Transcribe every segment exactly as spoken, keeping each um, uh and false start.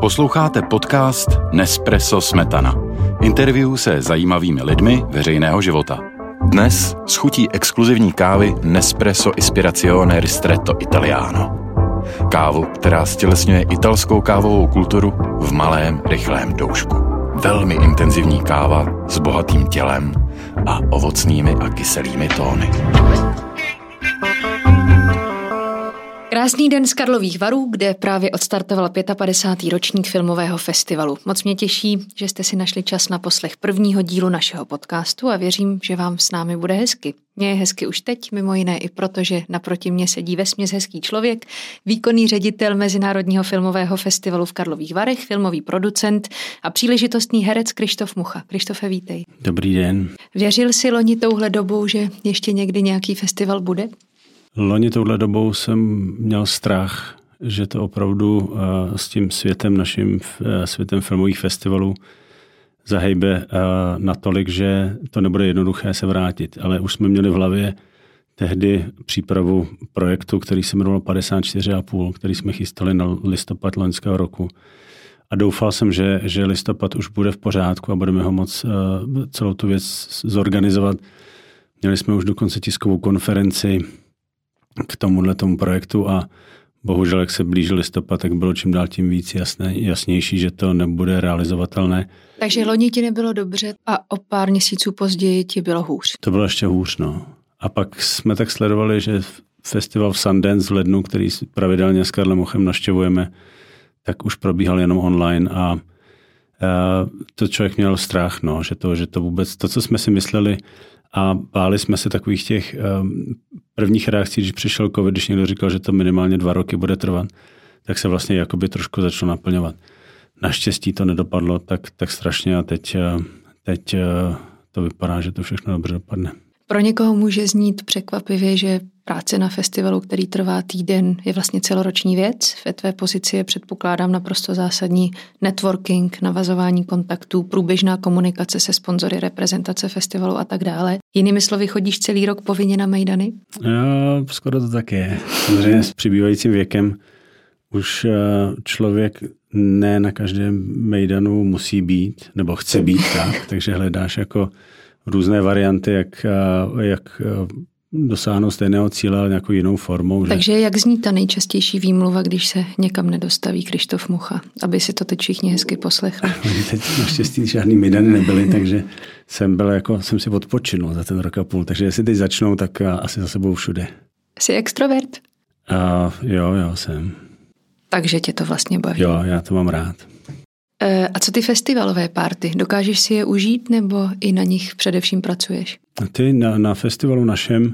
Posloucháte podcast Nespresso Smetana. Interview se zajímavými lidmi veřejného života. Dnes s chutí exkluzivní kávy Nespresso Ispirazione Ristretto Italiano. Kávu, která stělesňuje italskou kávovou kulturu v malém, rychlém doušku. Velmi intenzivní káva s bohatým tělem a ovocnými a kyselými tóny. Krásný den z Karlových Varů, kde právě odstartoval padesátý pátý ročník filmového festivalu. Moc mě těší, že jste si našli čas na poslech prvního dílu našeho podcastu a věřím, že vám s námi bude hezky. Mně je hezky už teď, mimo jiné i proto, že naproti mně sedí vesměs hezký člověk, výkonný ředitel Mezinárodního filmového festivalu v Karlových Varech, filmový producent a příležitostný herec Krištof Mucha. Krištofe, vítej. Dobrý den. Věřil jsi loni touhle dobou, že ještě někdy nějaký festival bude? Loni touhle dobou jsem měl strach, že to opravdu uh, s tím světem, naším uh, světem filmových festivalů zahejbe uh, natolik, že to nebude jednoduché se vrátit. Ale už jsme měli v hlavě tehdy přípravu projektu, který se jmenoval padesát čtyři a půl, který jsme chystali na listopad loňského roku. A doufal jsem, že, že listopad už bude v pořádku a budeme ho moc uh, celou tu věc zorganizovat. Měli jsme už dokonce tiskovou konferenci k tomuhle tomu projektu a bohužel, jak se blížil listopad, tak bylo čím dál tím víc jasné, jasnější, že to nebude realizovatelné. Takže loni ti nebylo dobře a o pár měsíců později ti bylo hůř. To bylo ještě hůř, no. A pak jsme tak sledovali, že festival v Sundance v lednu, který pravidelně s Karlem Muchem navštěvujeme, tak už probíhal jenom online a, a to člověk měl strach, no, že to, že to vůbec, to, co jsme si mysleli, a báli jsme se takových těch um, prvních reakcí, když přišel covid, když někdo říkal, že to minimálně dva roky bude trvat, tak se vlastně jakoby trošku začalo naplňovat. Naštěstí to nedopadlo tak, tak strašně a teď, teď to vypadá, že to všechno dobře dopadne. Pro někoho může znít překvapivě, že práce na festivalu, který trvá týden, je vlastně celoroční věc. Ve tvé pozici je, předpokládám, naprosto zásadní networking, navazování kontaktů, průběžná komunikace se sponzory, reprezentace festivalu a tak dále. Jinými slovy, chodíš celý rok povinně na mejdany? Jo, skoro to tak je. Samozřejmě s přibývajícím věkem už člověk ne na každém mejdanu musí být, nebo chce být tak, takže hledáš jako různé varianty, jak, jak dosáhnout stejného cíle, ale nějakou jinou formou. Takže že... jak zní ta nejčastější výmluva, když se někam nedostaví Krištof Mucha, aby si to teď všichni hezky poslechli? Teď naštěstí žádný mejdany nebyly, takže jsem byl jako, jsem si odpočinul za ten rok a půl, takže jestli teď začnou, tak asi za sebou všude. Jsi extrovert? Uh, jo, jo, jsem. Takže tě to vlastně baví? Jo, já to mám rád. A co ty festivalové party? Dokážeš si je užít nebo i na nich především pracuješ? Ty na, na festivalu našem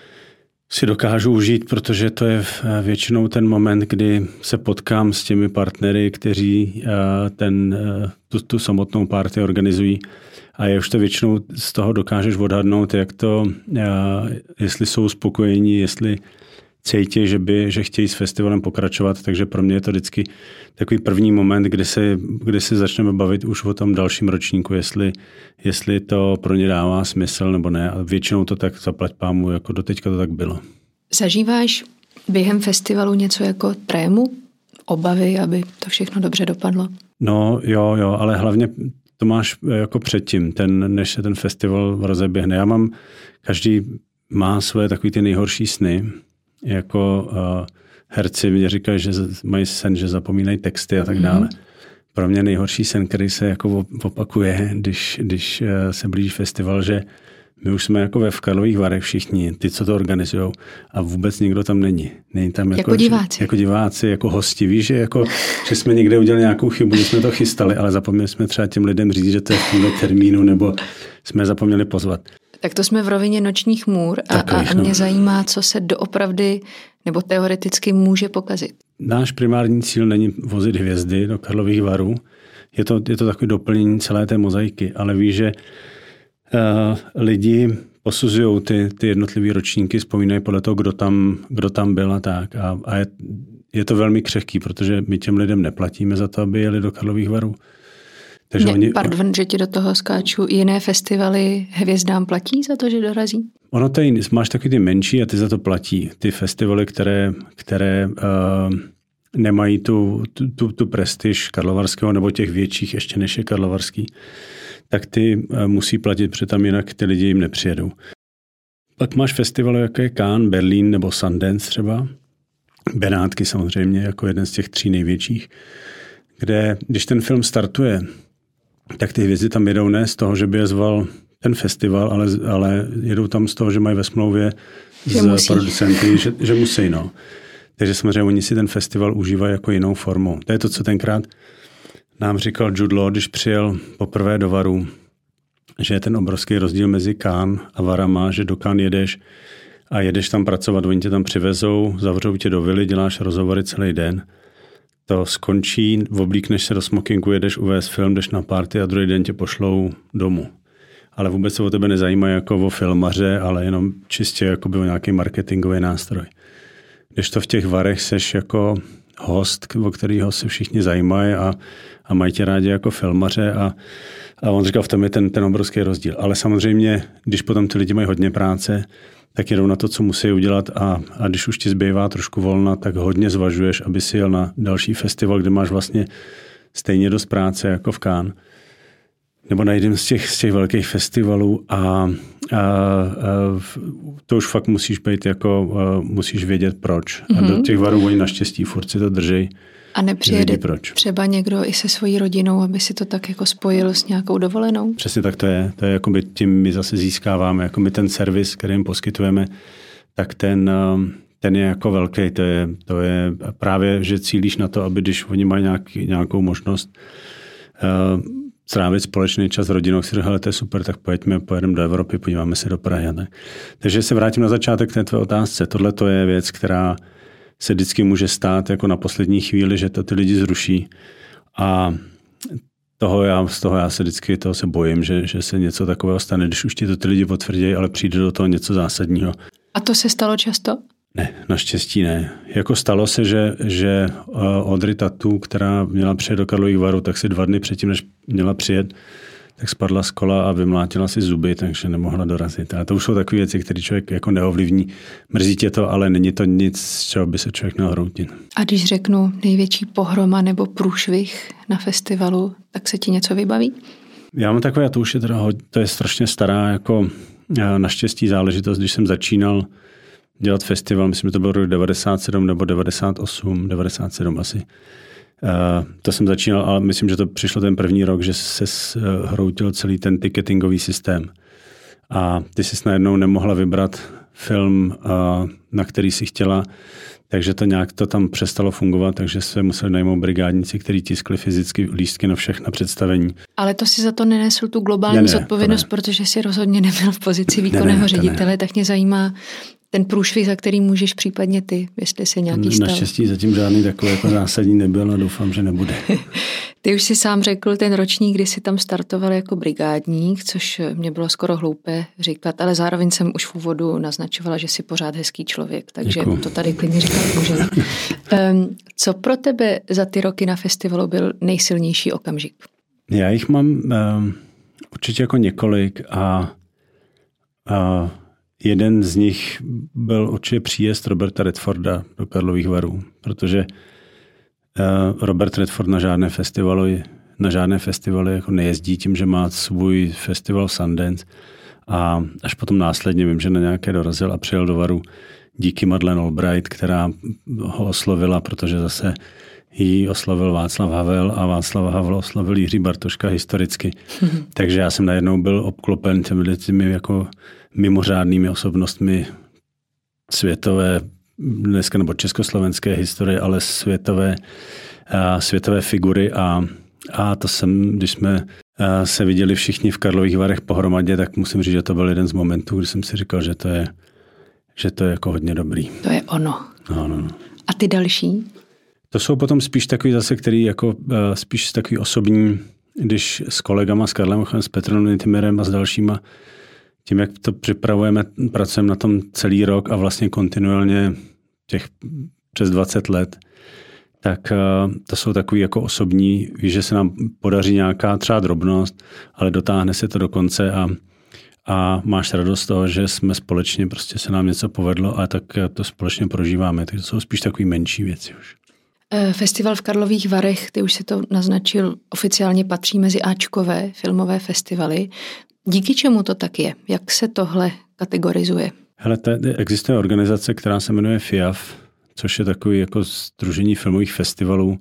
si dokážu užít, protože to je většinou ten moment, kdy se potkám s těmi partnery, kteří ten, tu, tu samotnou party organizují a je už to většinou z toho dokážeš odhadnout, jak to, jestli jsou spokojení, jestli cítí, že by, že chtějí s festivalem pokračovat, takže pro mě je to vždycky takový první moment, kdy se, kdy se začneme bavit už o tom dalším ročníku, jestli, jestli to pro ně dává smysl nebo ne. A většinou to tak zaplať pámu, jako doteďka to tak bylo. Zažíváš během festivalu něco jako trému, obavy, aby to všechno dobře dopadlo? No jo, jo, ale hlavně to máš jako předtím, ten, než se ten festival rozeběhne. Já mám, každý má svoje takový ty nejhorší sny, jako uh, herci mě říkají, že mají sen, že zapomínají texty a tak dále. Pro mě nejhorší sen, který se jako opakuje, když, když uh, se blíží festival, že my už jsme jako ve v Karlových Varech všichni, ty, co to organizujou, a vůbec nikdo tam není. Není tam jako, jako diváci. Jako diváci, jako hosti. Víš, že, jako, že jsme někde udělali nějakou chybu, že jsme to chystali, ale zapomněli jsme třeba těm lidem říct, že to je v tomhle termínu, nebo jsme zapomněli pozvat. Tak to jsme v rovině nočních můr a, a mě zajímá, co se doopravdy nebo teoreticky může pokazit. Náš primární cíl není vozit hvězdy do Karlových Varů. Je to, je to takové doplnění celé té mozaiky, ale víš, že uh, lidi posuzují ty, ty jednotlivé ročníky, vzpomínají podle toho, kdo tam, kdo tam byl a tak. A, a je, je to velmi křehký, protože my těm lidem neplatíme za to, aby jeli do Karlových Varů. Takže ne, oni... Pardon, že ti do toho skáču. Jiné festivaly hvězdám platí za to, že dorazí? Ono to je, máš taky ty menší a ty za to platí. Ty festivaly, které, které uh, nemají tu, tu, tu prestiž karlovarského nebo těch větších ještě než je karlovarský, tak ty musí platit, protože tam jinak ty lidi jim nepřijedou. Pak máš festivaly, jako je Cannes, Berlín nebo Sundance třeba. Benátky samozřejmě jako jeden z těch tří největších, kde když ten film startuje, tak ty hvězdy tam jedou ne z toho, že by je zval ten festival, ale, ale jedou tam z toho, že mají ve smlouvě z producenty, že, že musí. No. Takže samozřejmě oni si ten festival užívají jako jinou formou. To je to, co tenkrát nám říkal Jude Law, když přijel poprvé do Varu, že je ten obrovský rozdíl mezi Cannes a Varama, že do Cannes jedeš a jedeš tam pracovat, oni tě tam přivezou, zavřou tě do vily, děláš rozhovory celý den. To skončí, oblíkneš se do smokingu, jedeš uvést film, jdeš na party a druhý den tě pošlou domů. Ale vůbec se o tebe nezajímají jako o filmaře, ale jenom čistě jako by o nějaký marketingový nástroj. Když to v těch Varech seš jako host, o kterého se všichni zajímají a, a mají tě rádi jako filmaře a, a on říkal, v tom je ten, ten obrovský rozdíl. Ale samozřejmě, když potom ty lidi mají hodně práce, tak jedou na to, co musí udělat a, a když už ti zbývá trošku volna, tak hodně zvažuješ, aby si jel na další festival, kde máš vlastně stejně dost práce jako v Cannes. Nebo na jeden z těch, z těch velkých festivalů a, a, a to už fakt musíš být jako, musíš vědět proč. Mm-hmm. A do těch Varů oni naštěstí furt si to držej. A nepřijede třeba někdo i se svojí rodinou, aby si to tak jako spojil s nějakou dovolenou? Přesně tak to je. To je jako by tím my zase získáváme, jako my ten servis, který jim poskytujeme, tak ten, ten je jako velký. To je, to je právě, že cílíš na to, aby když oni mají nějaký, nějakou možnost uh, strávit společný čas s rodinou, si říkali, to je super, tak pojďme, pojedeme do Evropy, podíváme se do Prahy. Ne? Takže se vrátím na začátek k té tvé otázce. Tohle to je věc, která se vždycky může stát jako na poslední chvíli, že to ty lidi zruší. A toho já, z toho já se vždycky toho se bojím, že, že se něco takového stane, když už ti to ty lidi potvrdí, ale přijde do toho něco zásadního. A to se stalo často? Ne, naštěstí ne. Jako stalo se, že, že Audrey Tautou, která měla přijet do Karlových Varů, tak si dva dny předtím, než měla přijet, tak spadla z kola a vymlátila si zuby, takže nemohla dorazit. A to už jsou takové věci, které člověk jako neovlivní. Mrzí tě to, ale není to nic, z čeho by se člověk měl hroutit. A když řeknu největší pohroma nebo průšvih na festivalu, tak se ti něco vybaví? Já mám takové, to už je teda, to je strašně stará jako naštěstí záležitost, když jsem začínal dělat festival, myslím, že to bylo rok devadesát sedm nebo devadesát osm, devadesát sedm asi. Uh, to jsem začínal, ale myslím, že to přišlo ten první rok, že se uh, hroutil celý ten ticketingový systém. A ty jsi najednou nemohla vybrat film, uh, na který si chtěla, takže to nějak to tam přestalo fungovat, takže se museli najmout brigádníci, kteří tiskli fyzicky lístky na všechna představení. Ale to si za to nenesl tu globální ne, ne, zodpovědnost, protože si rozhodně nebyl v pozici výkonného ne, ne, ředitele, ne. Tak mě zajímá ten průšvih, za který můžeš případně ty, jestli se nějaký stal. Naštěstí zatím žádný takový jako zásadní nebyl a doufám, že nebude. Ty už si sám řekl ten ročník, kdy jsi tam startoval jako brigádník, což mě bylo skoro hloupé říkat, ale zároveň jsem už v úvodu naznačovala, že jsi pořád hezký člověk, takže Děkuju. To tady klidně říkat můžeme. Um, co pro tebe za ty roky na festivalu byl nejsilnější okamžik? Já jich mám um, určitě jako několik a, a jeden z nich byl určitě příjezd Roberta Redforda do Karlových Varů, protože Robert Redford na žádné festivaly, na žádné festivaly jako nejezdí tím, že má svůj festival Sundance a až potom následně vím, že na nějaké dorazil a přijel do Varu díky Madeleine Albright, která ho oslovila, protože zase jí oslovil Václav Havel a Václav Havel oslovil Jiří Bartoška historicky. Mm-hmm. Takže já jsem najednou byl obklopen těmi, těmi jako mimořádnými osobnostmi světové, dneska nebo československé historie, ale světové, a, světové figury a, a to jsem, když jsme a, se viděli všichni v Karlových Varech pohromadě, tak musím říct, že to byl jeden z momentů, kdy jsem si říkal, že to je, že to je jako hodně dobrý. To je ono. No, no, no. A ty další? To jsou potom spíš takový zase, který jako spíš takový osobní, když s kolegama, s Karlem Ochem, s Petrem Nitimerem a s dalšíma, tím, jak to připravujeme, pracujeme na tom celý rok a vlastně kontinuálně těch přes dvacet let, tak to jsou takový jako osobní, víš, že se nám podaří nějaká třeba drobnost, ale dotáhne se to do konce a, a máš radost z toho, že jsme společně, prostě se nám něco povedlo a tak to společně prožíváme. Tak to jsou spíš takový menší věci už. Festival v Karlových Varech, ty už si to naznačil, oficiálně patří mezi áčkové filmové festivaly. Díky čemu to tak je? Jak se tohle kategorizuje? Hele, tady existuje organizace, která se jmenuje F I A F, což je takový jako sdružení filmových festivalů,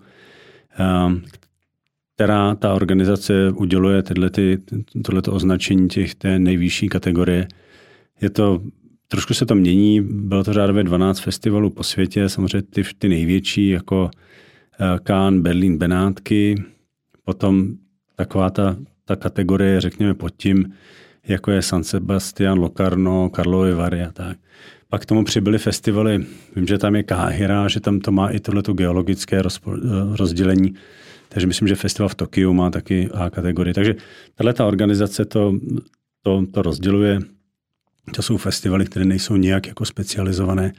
která ta organizace uděluje tohleto označení těch té nejvyšší kategorie. Je to, trošku se to mění, bylo to řádově dvanáct festivalů po světě, samozřejmě ty, ty největší jako Cannes, Berlín, Benátky, potom taková ta, ta kategorie, řekněme pod tím, jako je San Sebastián, Locarno, Karlovy Vary a tak. Pak k tomu přibyly festivaly, vím, že tam je Káhira, že tam to má i tohleto geologické rozdělení, takže myslím, že festival v Tokiu má taky A kategorii. Takže tato organizace to, to, to rozděluje. To jsou festivaly, které nejsou nějak jako specializované.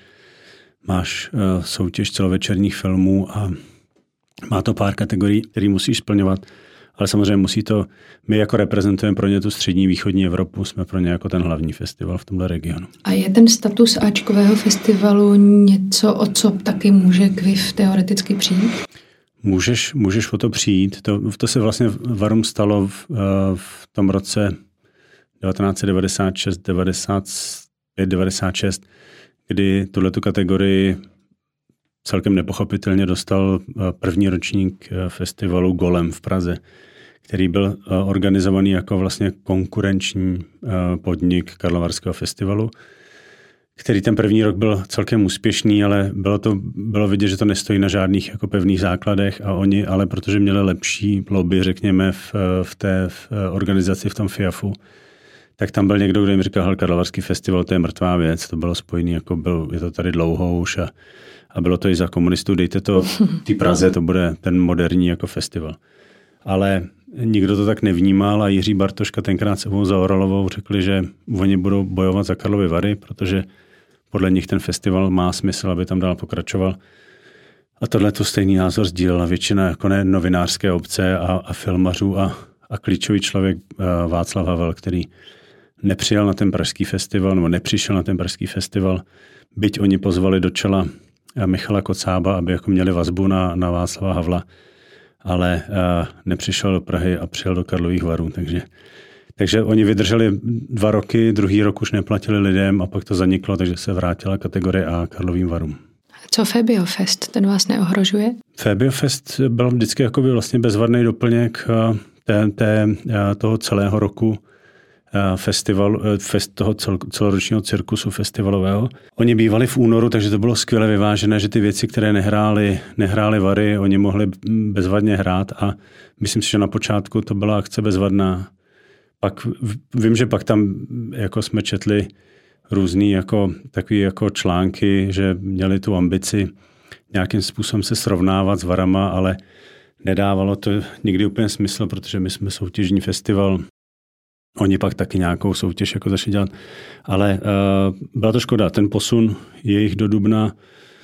Máš uh, soutěž celovečerních filmů a má to pár kategorií, které musíš splňovat. Ale samozřejmě musí to, my jako reprezentujeme pro ně tu střední východní Evropu, jsme pro ně jako ten hlavní festival v tomhle regionu. A je ten status áčkového festivalu něco, o co taky může K V I F teoreticky přijít? Můžeš, můžeš o to přijít. To, to se vlastně Varum stalo v, v tom roce devatenáct set devadesát šest devadesát pět devadesát šest, kdy tuhletu kategorii celkem nepochopitelně dostal první ročník festivalu Golem v Praze, který byl organizovaný jako vlastně konkurenční podnik Karlovarského festivalu, který ten první rok byl celkem úspěšný, ale bylo to bylo vidět, že to nestojí na žádných jako pevných základech a oni, ale protože měli lepší lobby, řekněme, v, v té v organizaci, v tom F I A F u, tak tam byl někdo, kdo jim říkal, hal, Karlovarský festival, to je mrtvá věc, to bylo spojený, jako byl, je to tady dlouho už a, a bylo to i za komunistů, dejte to té Praze, to bude ten moderní jako festival. Ale nikdo to tak nevnímal a Jiří Bartoška tenkrát s Evou Zaoralovou řekli, že oni budou bojovat za Karlovy Vary, protože podle nich ten festival má smysl, aby tam dál pokračoval. A tohle to stejný názor sdílela většina jako ne novinářské obce a, a filmařů a, a klíčový člověk Václav Havel, který nepřijel na ten pražský festival, nebo nepřišel na ten pražský festival, byť oni pozvali do čela Michala Kocába, aby jako měli vazbu na, na Václava Havla, ale uh, nepřišel do Prahy a přijel do Karlových Varů. Takže, takže oni vydrželi dva roky, druhý rok už neplatili lidem a pak to zaniklo, takže se vrátila kategorie A Karlovým Varům. Co Febiofest, ten vás neohrožuje? Febiofest byl vždycky jakoby vlastně bezvadný doplněk té, té, toho celého roku festival, fest, toho cel, celoročního cirkusu festivalového. Oni bývali v únoru, takže to bylo skvěle vyvážené, že ty věci, které nehrály, nehrály Vary, oni mohli bezvadně hrát a myslím si, že na počátku to byla akce bezvadná. Pak vím, že pak tam jako jsme četli různý jako, takový jako články, že měli tu ambici nějakým způsobem se srovnávat s Varama, ale nedávalo to nikdy úplně smysl, protože my jsme soutěžní festival. Oni pak taky nějakou soutěž jako začali dělat. Ale uh, byla to škoda. Ten posun jejich do dubna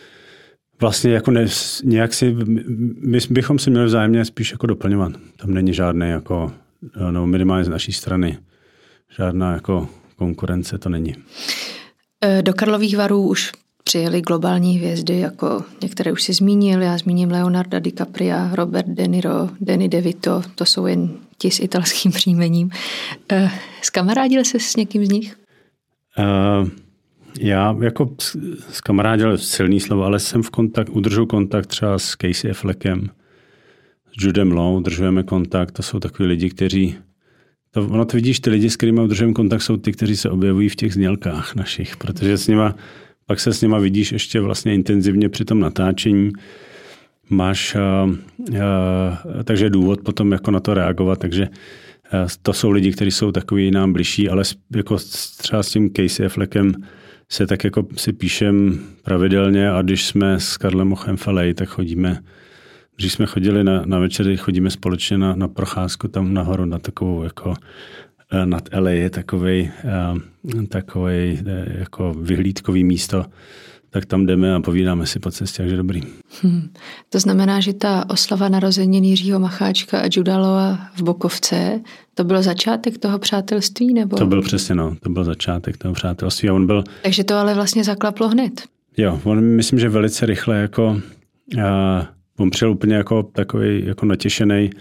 vlastně jako ne, nějak si, my bychom se měli vzájemně spíš jako doplňovat. Tam není žádné jako, no minimálně z naší strany, žádná jako konkurence to není. Do Karlových Varů už přijeli globální hvězdy, jako některé už si zmínil, já zmíním Leonarda DiCaprio, Robert De Niro, Danny DeVito, to jsou jen ti s italským příjmením. Zkamarádil se s někým z nich? Uh, já jako zkamarádil silný slovo, ale jsem v kontakt, udržu kontakt třeba s Casey Affleckem, s Judem Law, udržujeme kontakt, to jsou takový lidi, kteří To, ono to vidíš, ty lidi, s kterými udržujeme kontakt, jsou ty, kteří se objevují v těch znělkách našich, protože s nima, pak se s nima vidíš ještě vlastně intenzivně při tom natáčení. Máš, uh, uh, takže důvod potom jako na to reagovat, takže uh, to jsou lidi, kteří jsou takový nám bližší, ale jako třeba s tím Casey Affleckem se tak jako si píšem pravidelně a když jsme s Karlem Mochem v L A, tak chodíme. Když jsme chodili na, na večery, chodíme společně na, na procházku tam nahoru na takovou jako nad L A je takovej, takovej jako vyhlídkový místo, tak tam jdeme a povídáme si po cestě, takže dobrý. Hmm. To znamená, že ta oslava narozenin Jiřího Macháčka a Juda Lawa v Bokovce, to byl začátek toho přátelství? Nebo? To byl přesně, no, to byl začátek toho přátelství a on byl... Takže to ale vlastně zaklaplo hned. Jo, on myslím, že velice rychle jako... A, on přijel úplně jako takový jako natěšený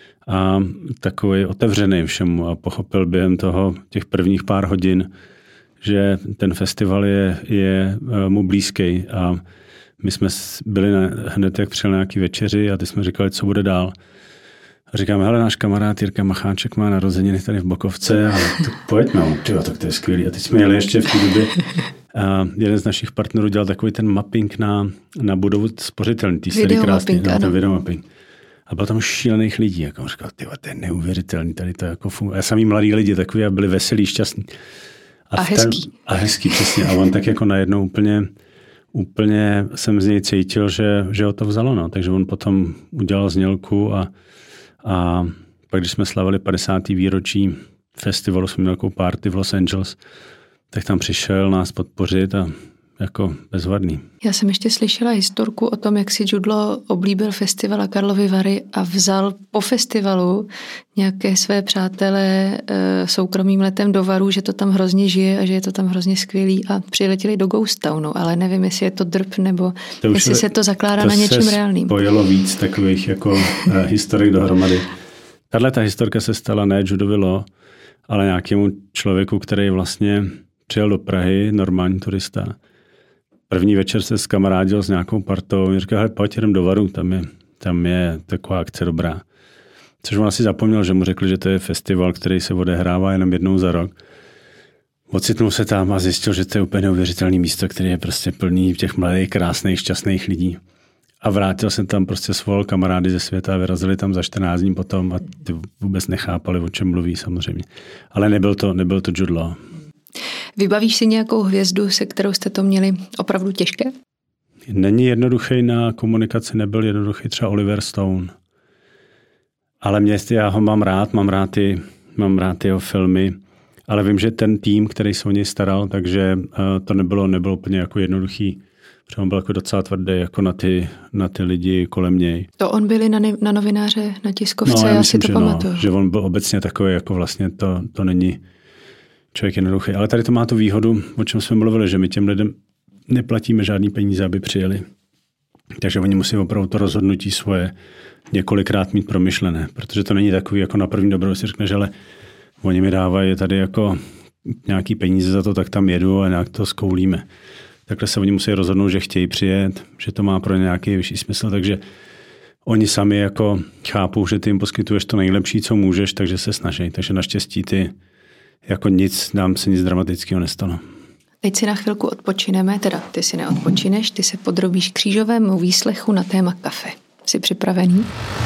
a takový otevřený všemu a pochopil během toho těch prvních pár hodin, že ten festival je, je mu blízký a my jsme byli na, hned, jak přijel na nějaký večeři a ty jsme říkali, co bude dál. A říkáme, hele, náš kamarád Jirka Macháček má narozeniny tady v Bokovce a tak pojďme, tyjo, tak to je skvělý. A teď jsme jeli ještě v té době. A jeden z našich partnerů dělal takový ten mapping na, na budovu spořitelný, tý starý krásný, na ten videomapping. A bylo tam šílených lidí, jako on říkal, tyjo, to je neuvěřitelný, tady to jako funguje. A samý mladí lidi takový a byli veselí, šťastní. A, a hezký. Ten, a hezký, přesně. A on tak jako najednou úplně, úplně jsem z něj cítil, že, že ho to vzalo. No. Takže on potom udělal znělku a, a pak, když jsme slavili padesáté výročí festivalu, jsme měli takovou party v Los Angeles, tak tam přišel nás podpořit a jako bezvadný. Já jsem ještě slyšela historku o tom, jak si Jude Law oblíbil festival Karlovy Vary a vzal po festivalu nějaké své přátelé soukromým letem do Varů, že to tam hrozně žije a že je to tam hrozně skvělý a přiletěli do Ghost Townu, ale nevím, jestli je to drb nebo to jestli se to zakládá to na něčem reálným. To se spojilo víc takových jako uh, historik dohromady. Tahle ta historka se stala ne Judovi Law, ale nějakému člověku, který vlastně přijel do Prahy, normální turista. První večer se skamarádil s nějakou partou. Mě říkal, hele, pojď jdem do Varu, tam je, tam je taková akce dobrá. Což on asi zapomněl, že mu řekli, že to je festival, který se odehrává jenom jednou za rok. Ocitnul se tam a zjistil, že to je úplně neuvěřitelné místo, které je prostě plný těch mladých, krásných, šťastných lidí. A vrátil jsem tam, prostě svolal kamarády ze světa a vyrazili tam za čtrnáct dní potom a ty vůbec nechápali, o čem mluví samozřejmě. Ale nebyl to, nebyl to Jude Law. Vybavíš si nějakou hvězdu, se kterou jste to měli opravdu těžké? Není jednoduchý na komunikaci, nebyl jednoduchý třeba Oliver Stone. Ale mě, já ho mám rád, mám rád, ty, mám rád jeho filmy, ale vím, že ten tým, který se o něj staral, takže to nebylo, nebylo úplně jako jednoduchý. Protože on byl jako docela tvrdý jako na ty, na ty lidi kolem něj. To on byli na, na novináře, na tiskovce, no, já, já myslím, si to pamatuju. No, že on byl obecně takový, jako vlastně to, to není člověk jednoduchý. Ale tady to má tu výhodu, o čem jsme mluvili, že my těm lidem neplatíme žádný peníze, aby přijeli. Takže oni musí opravdu to rozhodnutí svoje několikrát mít promyšlené, protože to není takový, jako na první dobrou si řekneš, ale oni mi dávají tady jako nějaký peníze za to, tak tam jedu a nějak to zkoulíme. Takhle se oni musí rozhodnout, že chtějí přijet, že to má pro ně nějaký vyšší smysl, takže oni sami jako chápou, že ty jim poskytuješ to nejlepší, co můžeš, takže se snaží. Takže naštěstí ty jako nic, nám se nic dramatického nestalo. Teď si na chvilku odpočineme, teda ty si neodpočineš, ty se podrobíš křížovému výslechu na téma kafe. Jsi připravený?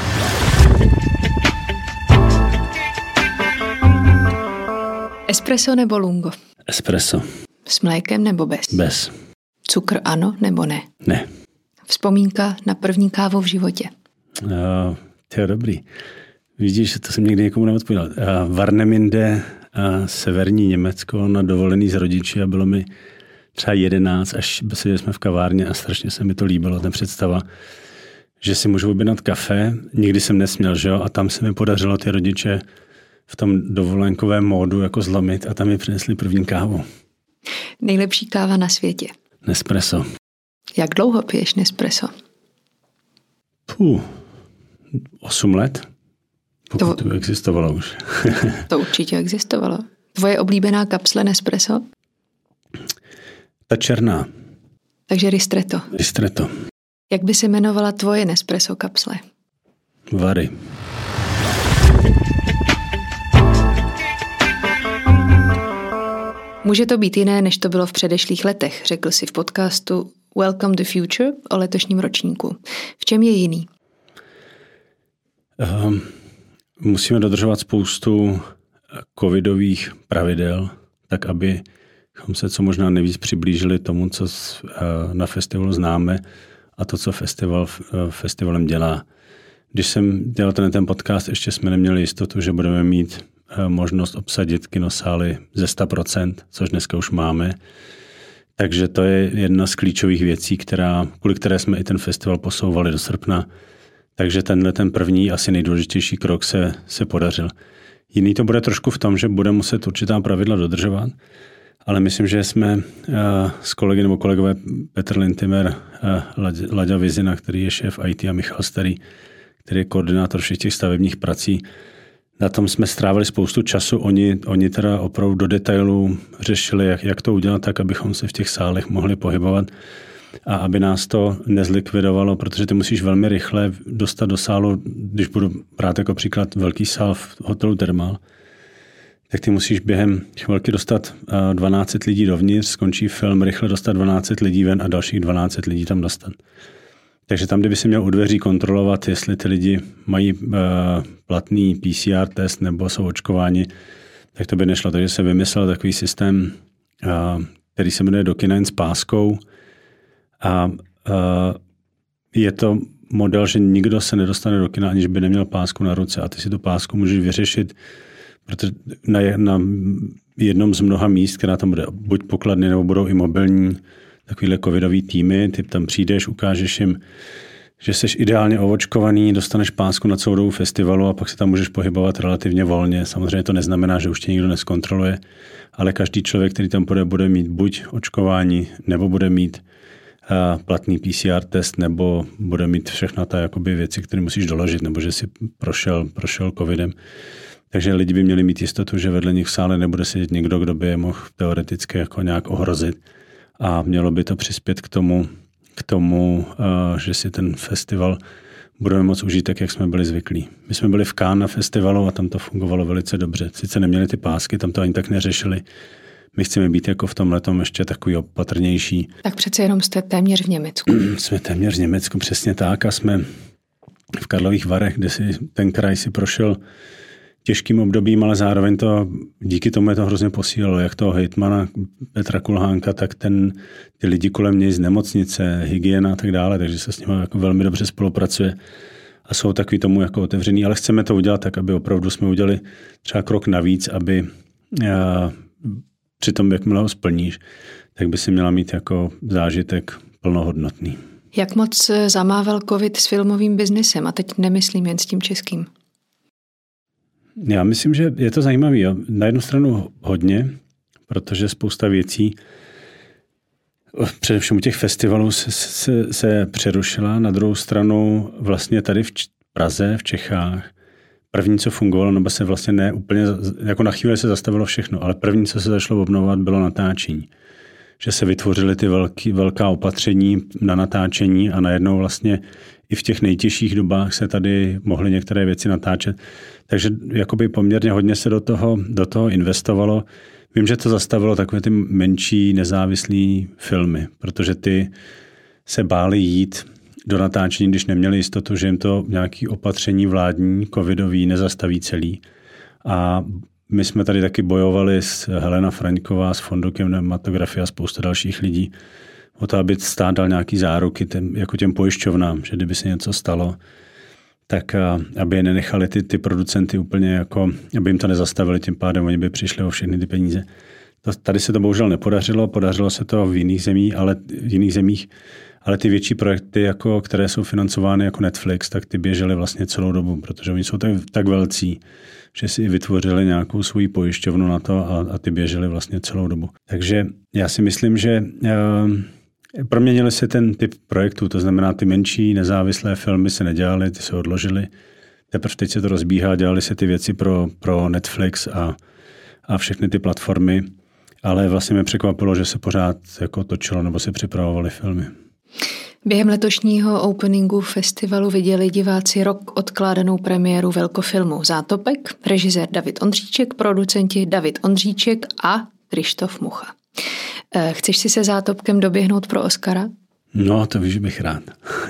Espresso nebo lungo? Espresso. S mlékem nebo bez? Bez. Cukr ano nebo ne? Ne. Vzpomínka na první kávu v životě? Uh, to je dobrý. Vidíš, to jsem někdy někomu neodpověděl. Uh, Warnemünde, uh, severní Německo, na dovolený s rodiči a bylo mi třeba jedenáct, až seděli jsme v kavárně a strašně se mi to líbilo, ta představa, že si můžu objednat kafe. Nikdy jsem nesměl, že jo? A tam se mi podařilo ty rodiče v tom dovolenkovém módu jako zlomit a tam mi přinesli první kávu. Nejlepší káva na světě? Nespresso. Jak dlouho piješ Nespresso? Puh, osm let. Pokud to, to existovalo už. To určitě existovalo. Tvoje oblíbená kapsle Nespresso? Ta černá. Takže Ristretto. Ristretto. Jak by se jmenovala tvoje Nespresso kapsle? Vary. Může to být jiné, než to bylo v předešlých letech, řekl si v podcastu Welcome to Future o letošním ročníku. V čem je jiný? Um, musíme dodržovat spoustu covidových pravidel, tak abychom se co možná nejvíc přiblížili tomu, co na festivalu známe a to, co festival festivalem dělá. Když jsem dělal ten, ten podcast, ještě jsme neměli jistotu, že budeme mít možnost obsadit kinosály ze sto procent, což dneska už máme. Takže to je jedna z klíčových věcí, která, kvůli které jsme i ten festival posouvali do srpna. Takže tenhle ten první, asi nejdůležitější krok se, se podařil. Jiný to bude trošku v tom, že bude muset určitá pravidla dodržovat, ale myslím, že jsme s kolegy nebo kolegové Petr Lintimer, Laďa Vizina, který je šéf í té, a Michal Starý, který je koordinátor všech těch stavebních prací. Na tom jsme strávili spoustu času. Oni, oni teda opravdu do detailu řešili, jak, jak to udělat tak, abychom se v těch sálech mohli pohybovat a aby nás to nezlikvidovalo, protože ty musíš velmi rychle dostat do sálu, když budu brát jako příklad velký sál v hotelu Thermal, tak ty musíš během chvilky dostat dvanáct set lidí dovnitř, skončí film, rychle dostat dvanáct set lidí ven a dalších dvanáct set lidí tam dostat. Takže tam, kdyby si měl u dveří kontrolovat, jestli ty lidi mají uh, platný P C R test nebo jsou očkováni, tak to by nešlo. Takže se vymyslel takový systém, uh, který se jmenuje DokiNine s páskou. A uh, je to model, že nikdo se nedostane do kina, aniž by neměl pásku na ruce. A ty si tu pásku můžeš vyřešit, protože na, na jednom z mnoha míst, která tam bude buď pokladny, nebo budou i mobilní takovýhle covidový týmy, ty tam přijdeš, ukážeš jim, že jsi ideálně oočkovaný, dostaneš pásku na celou dobu festivalu a pak se tam můžeš pohybovat relativně volně. Samozřejmě to neznamená, že už tě nikdo neskontroluje, ale každý člověk, který tam půjde, bude mít buď očkování, nebo bude mít uh, platný P C R test, nebo bude mít všechna ta jakoby věci, které musíš doložit, nebo že si prošel, prošel covidem. Takže lidi by měli mít jistotu, že vedle nich v sále nebude sedět někdo, kdo by je mohl teoreticky jako nějak ohrozit. A mělo by to přispět k tomu, k tomu, že si ten festival budeme moct užít tak, jak jsme byli zvyklí. My jsme byli v Cannes na festivalu a tam to fungovalo velice dobře. Sice neměli ty pásky, tam to ani tak neřešili. My chceme být jako v tom letom ještě takový opatrnější. Tak přece jenom jste téměř v Německu. Jsme téměř v Německu, přesně tak. A jsme v Karlových Varech, kde si ten kraj si prošel těžkým obdobím, ale zároveň to díky tomu je to hrozně posílilo. Jak toho hejtmana Petra Kulhánka, tak ten, ty lidi kolem něj z nemocnice, hygiena a tak dále, takže se s nimi jako velmi dobře spolupracuje a jsou takový tomu jako otevřený, ale chceme to udělat tak, aby opravdu jsme udělali třeba krok navíc, aby a, při tom, jakmile ho splníš, tak by si měla mít jako zážitek plnohodnotný. Jak moc zamával covid s filmovým biznesem? A teď nemyslím jen s tím českým. Já myslím, že je to zajímavé. Na jednu stranu hodně, protože spousta věcí, především u těch festivalů se, se, se přerušila. Na druhou stranu vlastně tady v Praze, v Čechách, první, co fungovalo, nebo se vlastně ne úplně, jako na chvíli se zastavilo všechno, ale první, co se začalo obnovovat, bylo natáčení. Že se vytvořily ty velký, velká opatření na natáčení a najednou vlastně i v těch nejtěžších dobách se tady mohly některé věci natáčet. Takže jakoby poměrně hodně se do toho, do toho investovalo. Vím, že to zastavilo takové ty menší nezávislé filmy, protože ty se báli jít do natáčení, když neměli jistotu, že jim to nějaké opatření vládní, covidový nezastaví celý. A my jsme tady taky bojovali s Helena Fraňková, s Fondem kinematografie a spousta dalších lidí o to, aby stát dal nějaký záruky těm, jako těm pojišťovnám, že kdyby se něco stalo, tak aby je nenechali ty, ty producenty úplně jako, aby jim to nezastavili, tím pádem oni by přišli o všechny ty peníze. To, tady se to bohužel nepodařilo, podařilo se to v jiných zemích, ale v jiných zemích, ale ty větší projekty, jako, které jsou financovány jako Netflix, tak ty běžely vlastně celou dobu, protože oni jsou tak, tak velcí, že si vytvořili nějakou svou pojišťovnu na to a, a ty běžely vlastně celou dobu. Takže já si myslím, že uh, proměnili se ten typ projektů, to znamená ty menší nezávislé filmy se nedělaly, ty se odložily. Teprve teď se to rozbíhá, dělali se ty věci pro, pro Netflix a, a všechny ty platformy, ale vlastně mě překvapilo, že se pořád jako točilo nebo se připravovaly filmy. Během letošního openingu festivalu viděli diváci rok odkládanou premiéru velkofilmu Zátopek, režisér David Ondříček, producenti David Ondříček a Krištof Mucha. Chceš si se Zátopkem doběhnout pro Oscara? No, to víš, bych rád.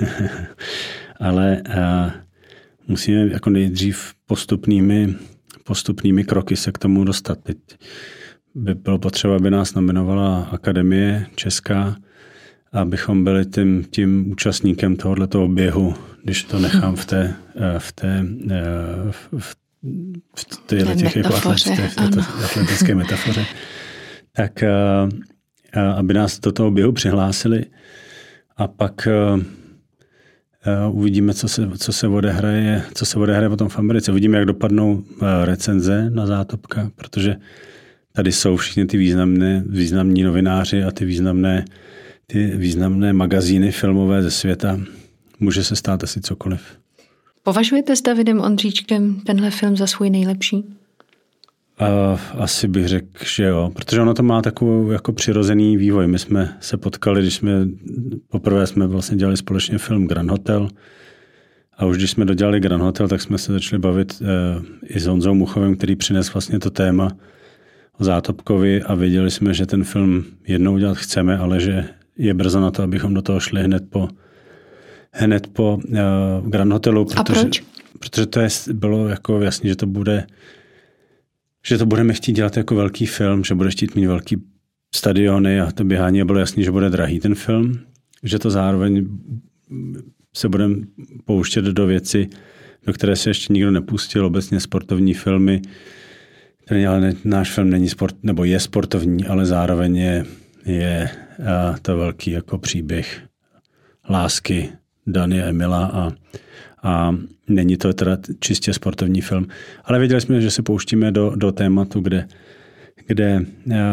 Ale uh, musíme jako nejdřív postupnými, postupnými kroky se k tomu dostat. Teď by bylo potřeba, aby nás nominovala Akademie Česká, abychom byli tím, tím účastníkem tohoto běhu, když to nechám v té, v té, v, v té těch jako atletické, atletické metafoře, tak aby nás do toho běhu přihlásili a pak uvidíme, co se, co se odehraje, co se odehraje potom v Americe. Uvidíme, jak dopadnou recenze na Zátopka, protože tady jsou všichni ty významné, významní novináři a ty významné, ty významné magazíny filmové ze světa. Může se stát asi cokoliv. Považujete s Davidem Ondříčkem tenhle film za svůj nejlepší? Uh, asi bych řekl, že jo, protože ono to má takovou jako přirozený vývoj. My jsme se potkali, když jsme poprvé jsme vlastně dělali společně film Grand Hotel a už když jsme dodělali Grand Hotel, tak jsme se začali bavit uh, i s Honzou Muchovem, který přines vlastně to téma o Zátopkovi a věděli jsme, že ten film jednou dělat chceme, ale že je brzo na to, abychom do toho šli hned po hned po uh, Grand Hotelu. Protože, a proč? Protože to je, bylo jako jasný, že to bude že to budeme chtít dělat jako velký film, že bude chtít mít velký stadiony a to běhání a bylo jasný, že bude drahý ten film, že to zároveň se budeme pouštět do věci, do které se ještě nikdo nepustil, obecně sportovní filmy, který, ale ne, náš film není sport, nebo je sportovní, ale zároveň je, je a, to velký jako příběh lásky Dany a Emila a A není to teda čistě sportovní film. Ale věděli jsme, že se pouštíme do, do tématu, kde, kde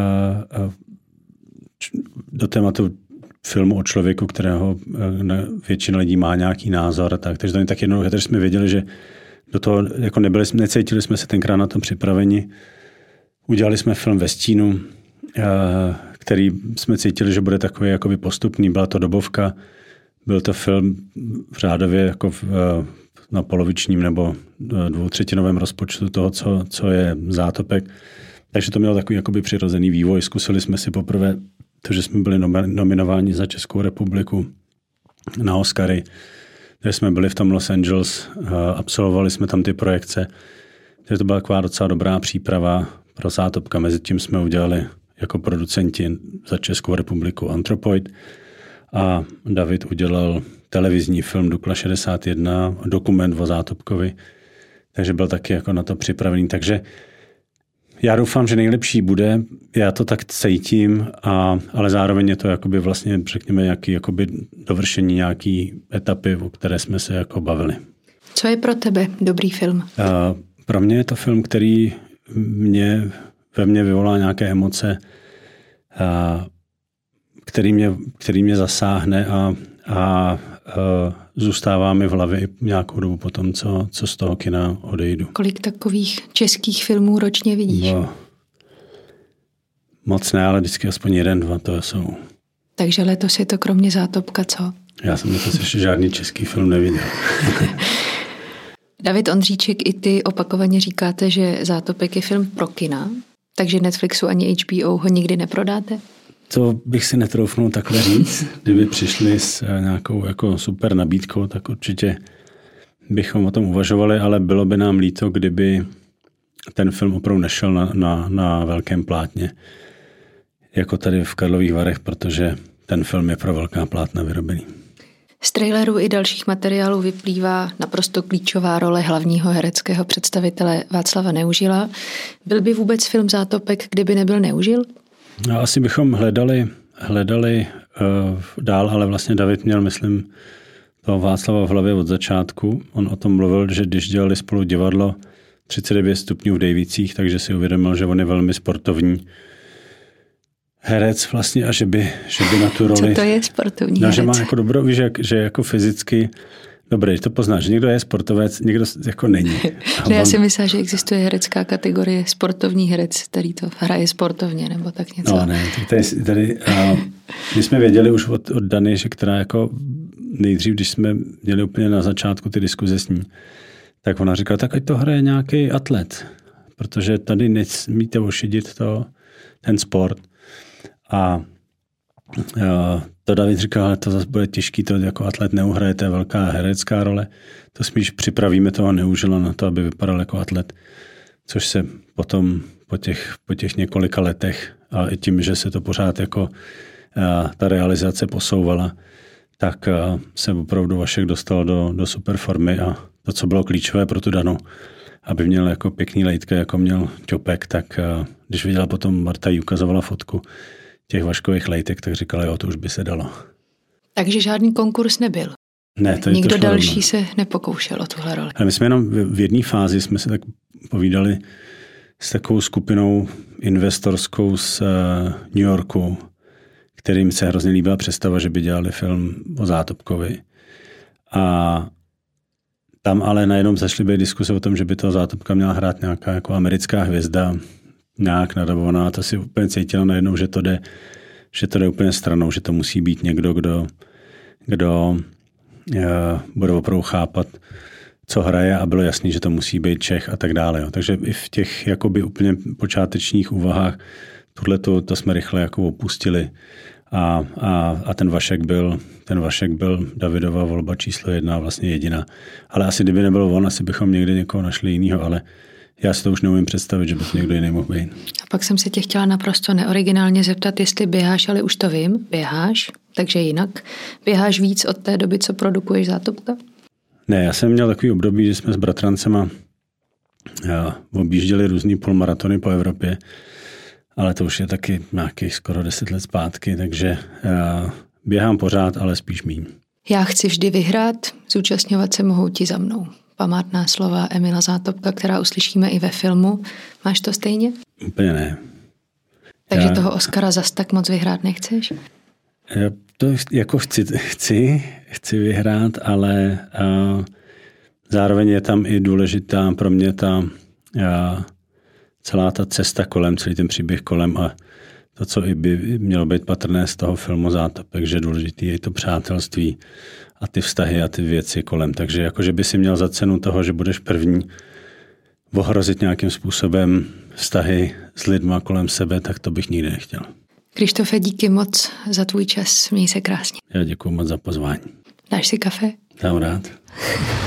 do tématu filmu o člověku, kterého většina lidí má nějaký názor. Tak, takže to není tak jednoduché, takže jsme věděli, že do toho jako nebyli, necítili jsme se tenkrát na tom připraveni. Udělali jsme film Ve stínu, který jsme cítili, že bude takový jakoby postupný. Byla to dobovka. Byl to film v řádově jako v, na polovičním nebo dvoutřetinovém rozpočtu toho, co, co je Zátopek. Takže to mělo takový jakoby přirozený vývoj. Zkusili jsme si poprvé to, že jsme byli nominováni za Českou republiku na Oscary. Takže jsme byli v tom Los Angeles, absolvovali jsme tam ty projekce. Takže to byla taková docela dobrá příprava pro Zátopka. Mezitím jsme udělali jako producenti za Českou republiku Anthropoid. A David udělal televizní film Dukla šedesát jedna, dokument o Zátopkovi, takže byl taky jako na to připravený. Takže já doufám, že nejlepší bude, já to tak cítím, a, ale zároveň je to jakoby vlastně, řekněme, nějaký jakoby dovršení nějaký etapy, o které jsme se jako bavili. Co je pro tebe dobrý film? A pro mě je to film, který mě, ve mně vyvolá nějaké emoce, a který mě, který mě zasáhne a, a, a zůstává mi v hlavě nějakou dobu po tom, co, co z toho kina odejdu. Kolik takových českých filmů ročně vidíš? No, moc ne, ale vždycky aspoň jeden, dva to jsou. Takže letos je to kromě Zátopka co? Já jsem letos ještě žádný český film neviděl. David Ondříček, i ty opakovaně říkáte, že Zátopek je film pro kina, takže Netflixu ani H B O ho nikdy neprodáte? To bych si netroufnul takhle říct. Kdyby přišli s nějakou jako super nabídkou, tak určitě bychom o tom uvažovali, ale bylo by nám líto, kdyby ten film opravdu nešel na, na, na velkém plátně, jako tady v Karlových Varech, protože ten film je pro velká plátna vyrobený. Z traileru i dalších materiálů vyplývá naprosto klíčová role hlavního hereckého představitele Václava Neužila. Byl by vůbec film Zátopek, kdyby nebyl Neužil? No, asi bychom hledali, hledali uh, dál, ale vlastně David měl, myslím, toho Václava v hlavě od začátku. On o tom mluvil, že když dělali spolu divadlo třicet devět stupňů v Dejvicích, takže si uvědomil, že on je velmi sportovní herec vlastně a že by, že by na tu roli... Co to je sportovní no, herec? Že má jako dobrou, víš, že, že jako fyzicky dobrý, to poznáš, že někdo je sportovec, někdo jako není. Ne, já si myslím, že existuje herecká kategorie sportovní herec, který to hraje sportovně, nebo tak něco. No ne, tady, tady a my jsme věděli už od, od Dany, že která jako nejdřív, když jsme měli úplně na začátku ty diskuze s ní, tak ona říkala, tak ať to hraje nějaký atlet, protože tady nesmíte ošidit to, ten sport. A a to David říkal, ale to zase bude těžký, to jako atlet neuhraje, to je velká herecká role. To spíš připravíme toho Neužila na to, aby vypadal jako atlet. Což se potom po těch, po těch několika letech a i tím, že se to pořád jako a, ta realizace posouvala, tak a, se opravdu Vašek dostal do, do super formy a to, co bylo klíčové pro tu Danu, aby měl jako pěkný lejtky, jako měl Ťopek, tak a, když viděla potom Marta jí ukazovala fotku těch Vaškových lejtek, tak říkala, jo, to už by se dalo. Takže žádný konkurs nebyl? Ne, to je Nikdo to další se nepokoušel o tuhle roli? Ale my jsme jenom v jedné fázi jsme se tak povídali s takovou skupinou investorskou z New Yorku, kterým se hrozně líbila představa, že by dělali film o Zátopkovi. A tam ale najednou zašly být diskuse o tom, že by toho Zátopka měla hrát nějaká jako americká hvězda, nějak nadabovaná. A to si úplně cítila najednou, že to jde, že to jde úplně stranou, že to musí být někdo, kdo, kdo uh, bude opravdu chápat, co hraje, a bylo jasný, že to musí být Čech a tak dále. Jo. Takže i v těch jakoby úplně počátečních úvahách tohleto to jsme rychle jako opustili. A, a, a ten Vašek byl, ten Vašek byl Davidova volba číslo jedna, vlastně jediná. Ale asi kdyby nebyl on, asi bychom někdy někoho našli jinýho, ale já si to už neumím představit, že by to někdo jiný mohl být. A pak jsem se tě chtěla naprosto neoriginálně zeptat, jestli běháš, ale už to vím, běháš, takže jinak. Běháš víc od té doby, co produkuješ Zátopka? Ne, já jsem měl takový období, že jsme s bratrancema objížděli různý půlmaratony po Evropě, ale to už je taky nějakých skoro deset let zpátky, takže já běhám pořád, ale spíš míň. Já chci vždy vyhrát, zúčastňovat se mohou ti za mnou. Památná slova Emila Zátopka, která uslyšíme i ve filmu. Máš to stejně? Úplně ne. Takže já... toho Oscara zas tak moc vyhrát nechceš? Já to jako chci, chci, chci vyhrát, ale uh, zároveň je tam i důležitá pro mě ta uh, celá ta cesta kolem, celý ten příběh kolem a to, co i by mělo být patrné z toho filmu Zátopek, že důležitý je to přátelství a ty vztahy a ty věci kolem. Takže jakože by si měl za cenu toho, že budeš první ohrozit nějakým způsobem vztahy s lidma kolem sebe, tak to bych nikdy nechtěl. Krištofe, díky moc za tvůj čas. Měj se krásně. Já děkuji moc za pozvání. Dáš si kafe? Dám rád.